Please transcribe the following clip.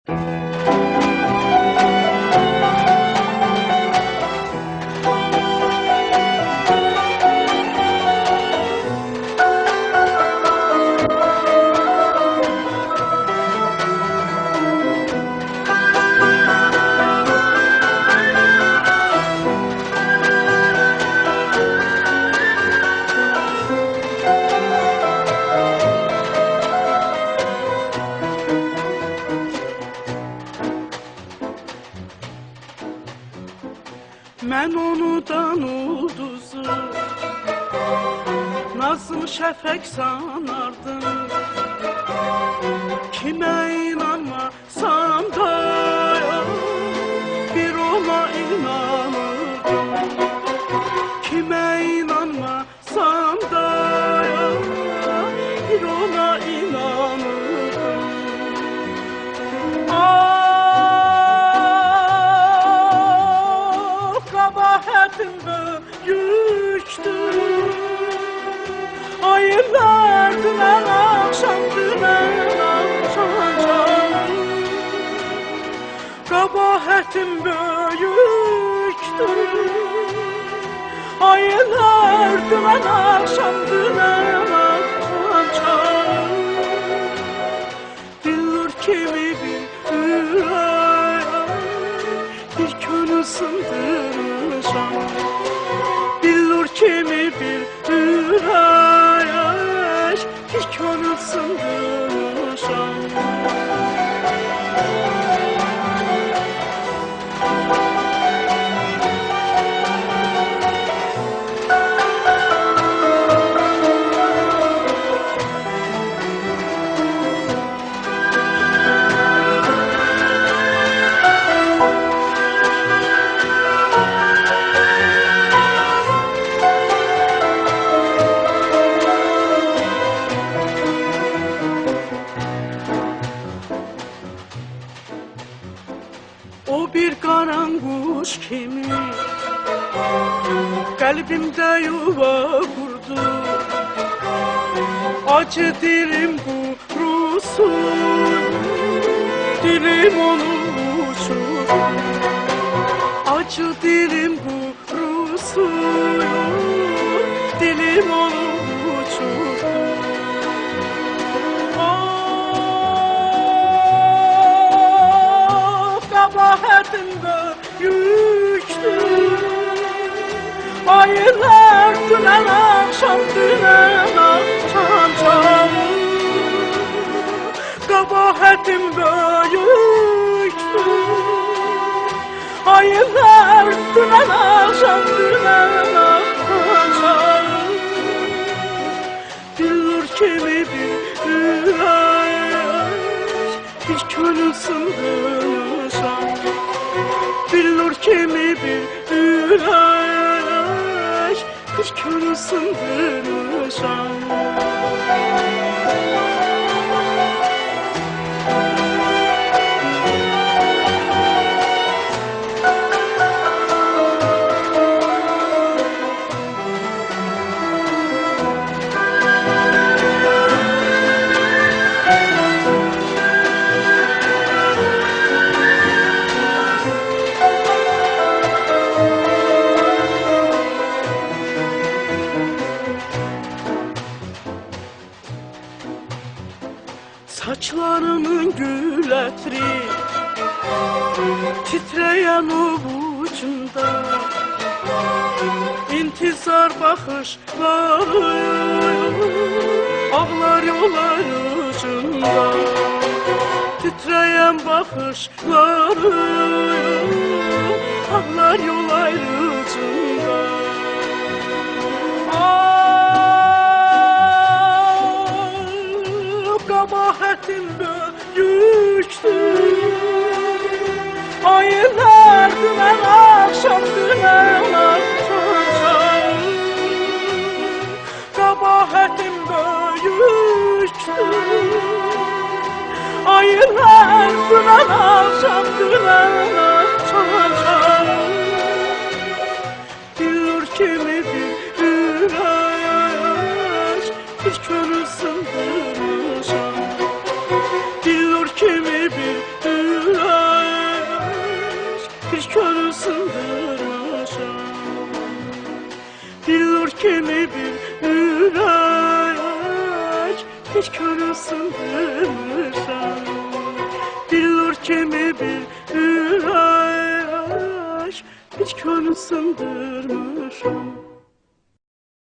Mən onudan ulduzu nazım şəfək sanardım. Kimə inanmasam da bir ona inanırdım. Kimə inanmasam da bir ona inanırdım. Kabahatim büyüktür. Ayırlar dümen akşam canım. Kabahatim büyüktür. Ayırlar dümen akşam canım. Bilir kimi bir könül sındırmışam. Bilir kimi bir ürək bir könül sındırmışam. O bir qaranquş kimi qəlbimdə yuva qurdu. Acı dilim qurusun, dilim onu uçurdu. Acı dilim qurusun, dilim onu uçurdu. Kabahatim büyüktür. Ayırlar dümen akşam canım. Kabahatim büyüktür. Ayırlar dümen akşam canım. Bilir kimi bir könül sındırmışam. Bilir kimi bir ürək bir könül sındırmışam. Saçlarımın gül ətri titrəyən ovucumda, intizar baxışları ağlar yollar ucunda. Titrəyən baxışları ağlar yollar ucunda. Kabahatim büyüktür. Ayırlar dümen akşam canım. Kabahatim büyüktür. Ayırlar dümen akşam canım. Bilir kimi bir ürək bir könül sındırmışam. bir körü sındırmışam. Billur kimi bir ürək bir körü sındırmışam. Billur kimi bir ürək bir körü sındırmışam.